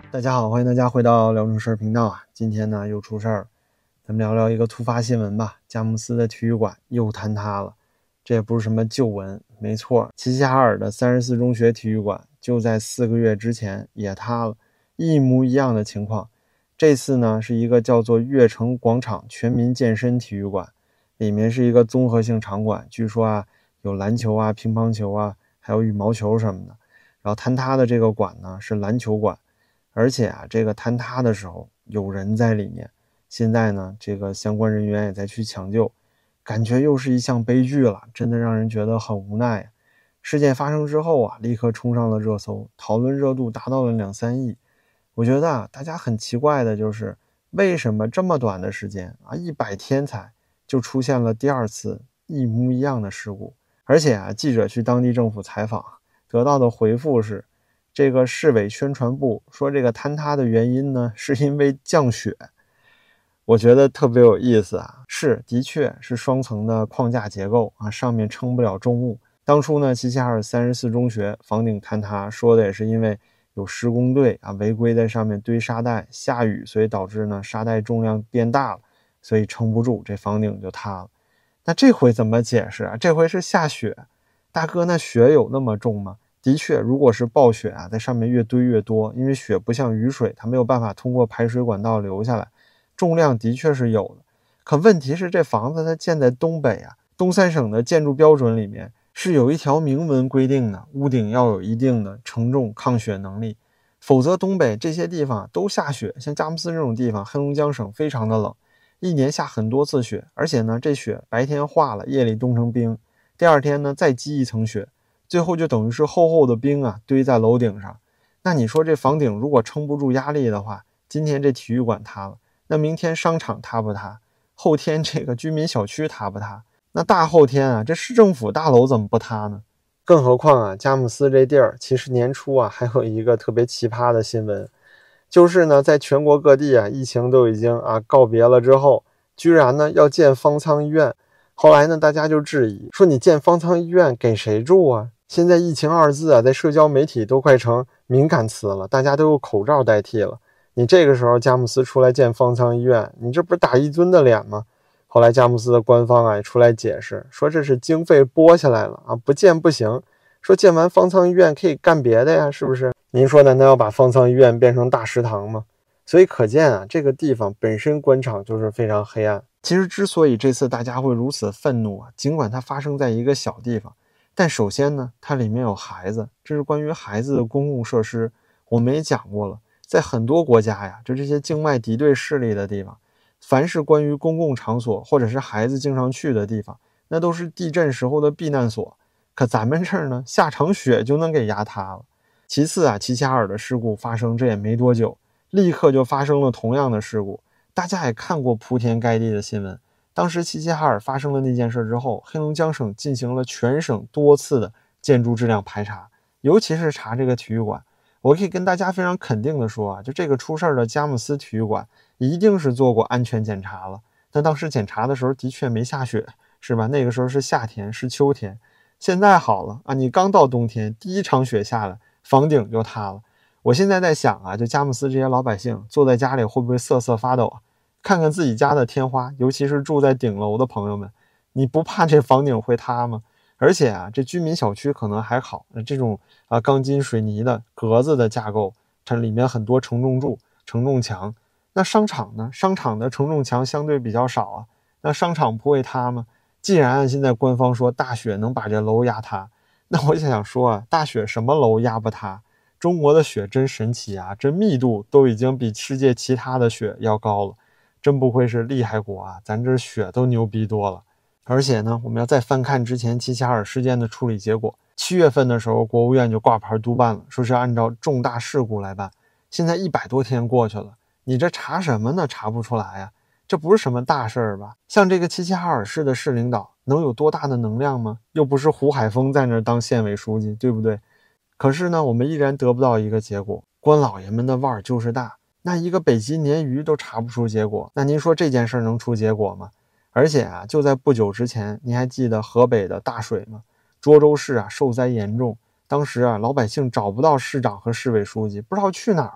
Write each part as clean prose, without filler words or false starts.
大家好，欢迎大家回到聊城事儿频道啊！今天呢又出事儿，咱们聊聊一个突发新闻吧。佳木斯的体育馆又坍塌了，这也不是什么旧闻，没错，齐齐哈尔的34中学体育馆就在4个月之前也塌了，一模一样的情况。这次呢是一个叫做悦城广场全民健身体育馆，里面是一个综合性场馆，据说啊有篮球啊、乒乓球啊，还有羽毛球什么的。然后坍塌的这个馆呢是篮球馆。而且啊，这个坍塌的时候有人在里面，现在呢，这个相关人员也在去抢救，感觉又是一项悲剧了，真的让人觉得很无奈。事件发生之后啊，立刻冲上了热搜，讨论热度达到了2-3亿。我觉得啊，大家很奇怪的就是，为什么这么短的时间啊，100天才就出现了第二次一模一样的事故？而且啊，记者去当地政府采访，得到的回复是，这个市委宣传部说这个坍塌的原因呢，是因为降雪。我觉得特别有意思啊，的确是双层的框架结构啊，上面撑不了重物。当初呢，齐齐哈尔34中学房顶坍塌，说的也是因为有施工队啊违规在上面堆沙袋，下雨，所以导致呢沙袋重量变大了，所以撑不住，这房顶就塌了。那这回怎么解释啊？这回是下雪，大哥，那雪有那么重吗？的确，如果是暴雪啊，在上面越堆越多，因为雪不像雨水，它没有办法通过排水管道流下来，重量的确是有的。可问题是，这房子它建在东北啊，东三省的建筑标准里面是有一条明文规定的，屋顶要有一定的承重抗雪能力，否则东北这些地方都下雪，像佳木斯这种地方，黑龙江省非常的冷，一年下很多次雪，而且呢，这雪白天化了，夜里冻成冰，第二天呢再积一层雪。最后就等于是厚厚的冰啊堆在楼顶上。那你说这房顶如果撑不住压力的话，今天这体育馆塌了，那明天商场塌不塌？后天这个居民小区塌不塌？那大后天啊，这市政府大楼怎么不塌呢？更何况啊，佳木斯这地儿其实年初啊还有一个特别奇葩的新闻，就是呢在全国各地啊疫情都已经告别了之后，居然呢要建方舱医院。后来呢大家就质疑说，你建方舱医院给谁住啊？现在疫情2字啊，在社交媒体都快成敏感词了，大家都用口罩代替了。你这个时候佳木斯出来建方舱医院，你这不是打一尊的脸吗？后来佳木斯的官方也出来解释，说这是经费拨下来了啊，不建不行。说建完方舱医院可以干别的呀，是不是？您说难道要把方舱医院变成大食堂吗？所以可见啊，这个地方本身官场就是非常黑暗。其实之所以这次大家会如此愤怒啊，尽管它发生在一个小地方，但首先呢，它里面有孩子，这是关于孩子的公共设施。我们也讲过了，在很多国家呀，就这些境外敌对势力的地方，凡是关于公共场所或者是孩子经常去的地方，那都是地震时候的避难所。可咱们这儿呢，下场雪就能给压塌了。其次啊，齐齐哈尔的事故发生这也没多久，立刻就发生了同样的事故。大家也看过铺天盖地的新闻，当时齐齐哈尔发生了那件事之后，黑龙江省进行了全省多次的建筑质量排查，尤其是查这个体育馆。我可以跟大家非常肯定的说啊，就这个出事的佳木斯体育馆一定是做过安全检查了。但当时检查的时候的确没下雪，是吧？那个时候是夏天，是秋天。现在好了啊，你刚到冬天，第一场雪下来，房顶就塌了。我现在在想啊，就佳木斯这些老百姓坐在家里会不会瑟瑟发抖啊？看看自己家的天花，尤其是住在顶楼的朋友们，你不怕这房顶会塌吗？而且啊，这居民小区可能还好，这种钢筋水泥的格子的架构，它里面很多承重柱、承重墙。那商场呢？商场的承重墙相对比较少啊，那商场不会塌吗？既然按现在官方说大雪能把这楼压塌，那我就想说啊，大雪什么楼压不塌？中国的雪真神奇啊，这密度都已经比世界其他的雪要高了。真不愧是厉害国啊，咱这雪都牛逼多了。而且呢，我们要再翻看之前齐齐哈尔事件的处理结果，7月份的时候，国务院就挂牌督办了，说是按照重大事故来办。现在100多天过去了，你这查什么呢？查不出来呀，这不是什么大事儿吧？像这个齐齐哈尔市的市领导能有多大的能量吗？又不是胡海峰在那儿当县委书记，对不对？可是呢，我们依然得不到一个结果，官老爷们的腕儿就是大。那一个北极鲶鱼都查不出结果，那您说这件事能出结果吗？而且啊，就在不久之前，您还记得河北的大水吗？涿州市受灾严重，当时老百姓找不到市长和市委书记，不知道去哪儿了。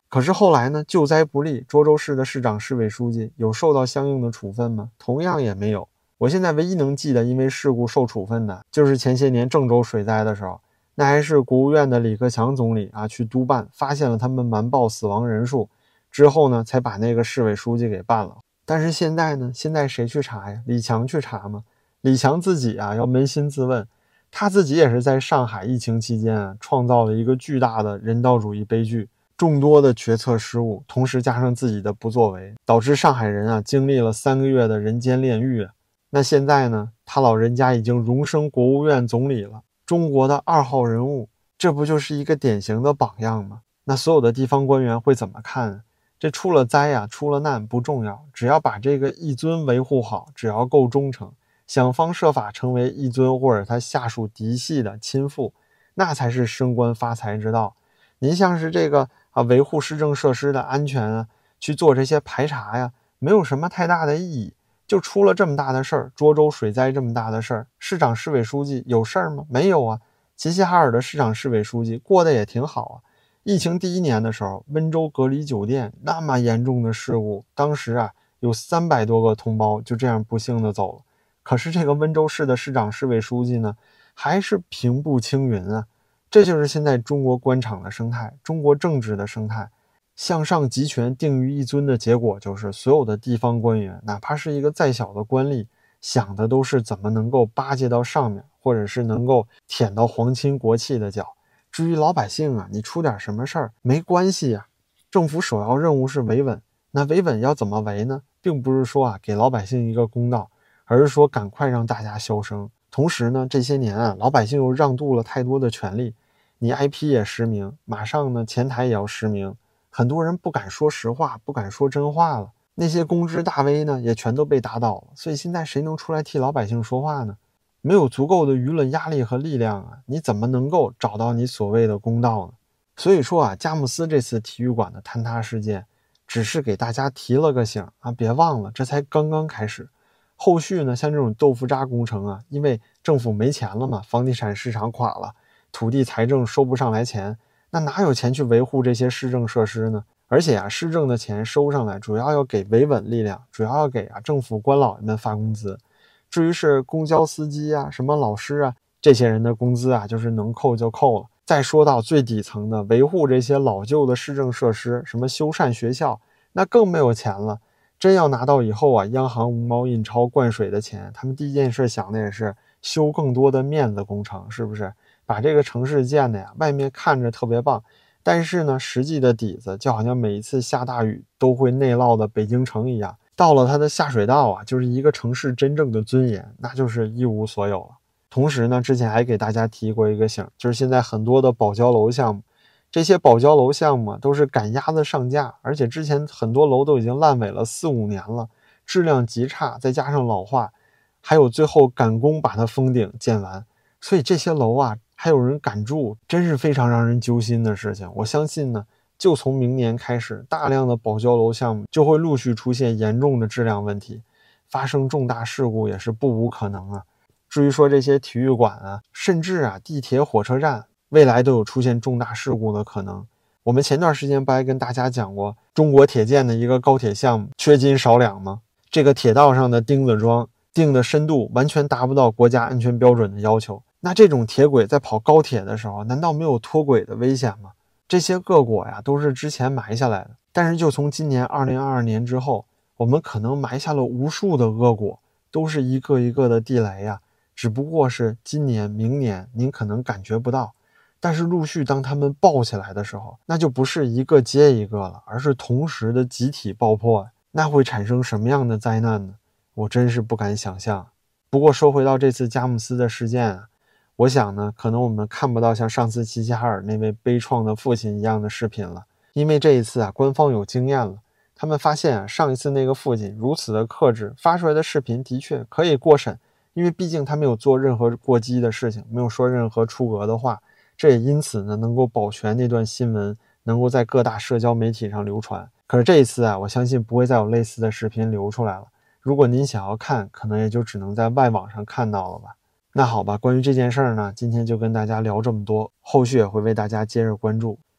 可是后来呢，救灾不力，涿州市的市长市委书记有受到相应的处分吗？同样也没有。我现在唯一能记得因为事故受处分的，就是前些年郑州水灾的时候，那还是国务院的李克强总理去督办，发现了他们瞒报死亡人数之后呢，才把那个市委书记给办了。但是现在呢，现在谁去查呀？李强去查吗？李强自己要扪心自问，他自己也是在上海疫情期间创造了一个巨大的人道主义悲剧。众多的决策失误，同时加上自己的不作为，导致上海人经历了3个月的人间炼狱。那现在呢，他老人家已经荣升国务院总理了，中国的2号人物，这不就是一个典型的榜样吗？那所有的地方官员会怎么看？这出了灾出了难不重要，只要把这个一尊维护好，只要够忠诚，想方设法成为一尊或者他下属嫡系的亲父，那才是升官发财之道。您像是这个维护市政设施的安全去做这些排查没有什么太大的意义。就出了这么大的事儿，涿州水灾这么大的事儿，市长市委书记有事儿吗？没有啊。齐齐哈尔的市长市委书记过得也挺好疫情第1年的时候，温州隔离酒店那么严重的事故，当时有300多个同胞就这样不幸的走了。可是这个温州市的市长市委书记呢，还是平步青云这就是现在中国官场的生态，中国政治的生态。向上集权定于一尊的结果就是所有的地方官员，哪怕是一个再小的官吏，想的都是怎么能够巴结到上面，或者是能够舔到皇亲国戚的脚。至于老百姓你出点什么事儿没关系政府首要任务是维稳。那维稳要怎么维呢？并不是说给老百姓一个公道，而是说赶快让大家消声。同时呢，这些年老百姓又让渡了太多的权利，你 IP 也实名，马上呢前台也要实名，很多人不敢说实话，不敢说真话了。那些公知大 V 呢也全都被打倒了，所以现在谁能出来替老百姓说话呢？没有足够的舆论压力和力量你怎么能够找到你所谓的公道呢？所以说佳木斯这次体育馆的坍塌事件只是给大家提了个醒别忘了这才刚刚开始。后续呢，像这种豆腐渣工程因为政府没钱了嘛，房地产市场垮了，土地财政收不上来钱，那哪有钱去维护这些市政设施呢？而且市政的钱收上来主要要给维稳力量，主要要给政府官老爷们发工资。至于是公交司机什么老师这些人的工资就是能扣就扣了。再说到最底层的维护这些老旧的市政设施，什么修缮学校，那更没有钱了。真要拿到以后央行无毛印钞灌水的钱，他们第一件事想的也是修更多的面子工程，是不是？把这个城市建的外面看着特别棒，但是呢，实际的底子就好像每一次下大雨都会内涝的北京城一样，到了它的下水道就是一个城市真正的尊严，那就是一无所有了。同时呢，之前还给大家提过一个醒，就是现在很多的保交楼项目，这些保交楼项目都是赶鸭子上架，而且之前很多楼都已经烂尾了4-5年了，质量极差，再加上老化，还有最后赶工把它封顶建完，所以这些楼还有人敢住，真是非常让人揪心的事情。我相信呢，就从明年开始，大量的保交楼项目就会陆续出现严重的质量问题，发生重大事故也是不无可能至于说这些体育馆甚至地铁火车站未来都有出现重大事故的可能。我们前段时间不还跟大家讲过中国铁建的一个高铁项目缺斤少两吗？这个铁道上的钉子桩定的深度完全达不到国家安全标准的要求，那这种铁轨在跑高铁的时候难道没有脱轨的危险吗？这些恶果都是之前埋下来的，但是就从今年2022年之后，我们可能埋下了无数的恶果，都是一个一个的地雷只不过是今年明年您可能感觉不到，但是陆续当他们爆起来的时候，那就不是一个接一个了，而是同时的集体爆破那会产生什么样的灾难呢？我真是不敢想象。不过说回到这次佳木斯的事件我想呢，可能我们看不到像上次齐齐哈尔那位悲怆的父亲一样的视频了，因为这一次官方有经验了，他们发现上一次那个父亲如此的克制，发出来的视频的确可以过审，因为毕竟他没有做任何过激的事情，没有说任何出格的话，这也因此呢能够保全那段新闻能够在各大社交媒体上流传。可是这一次我相信不会再有类似的视频流出来了，如果您想要看，可能也就只能在外网上看到了吧。那好吧，关于这件事呢，今天就跟大家聊这么多，后续也会为大家接着关注。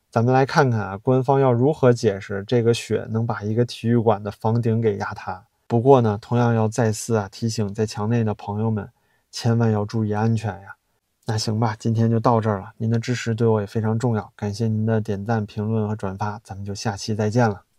咱们来看看啊，官方要如何解释这个雪能把一个体育馆的房顶给压塌。不过呢，同样要再次提醒在墙内的朋友们，千万要注意安全呀。那行吧，今天就到这儿了，您的支持对我也非常重要，感谢您的点赞、评论和转发，咱们就下期再见了。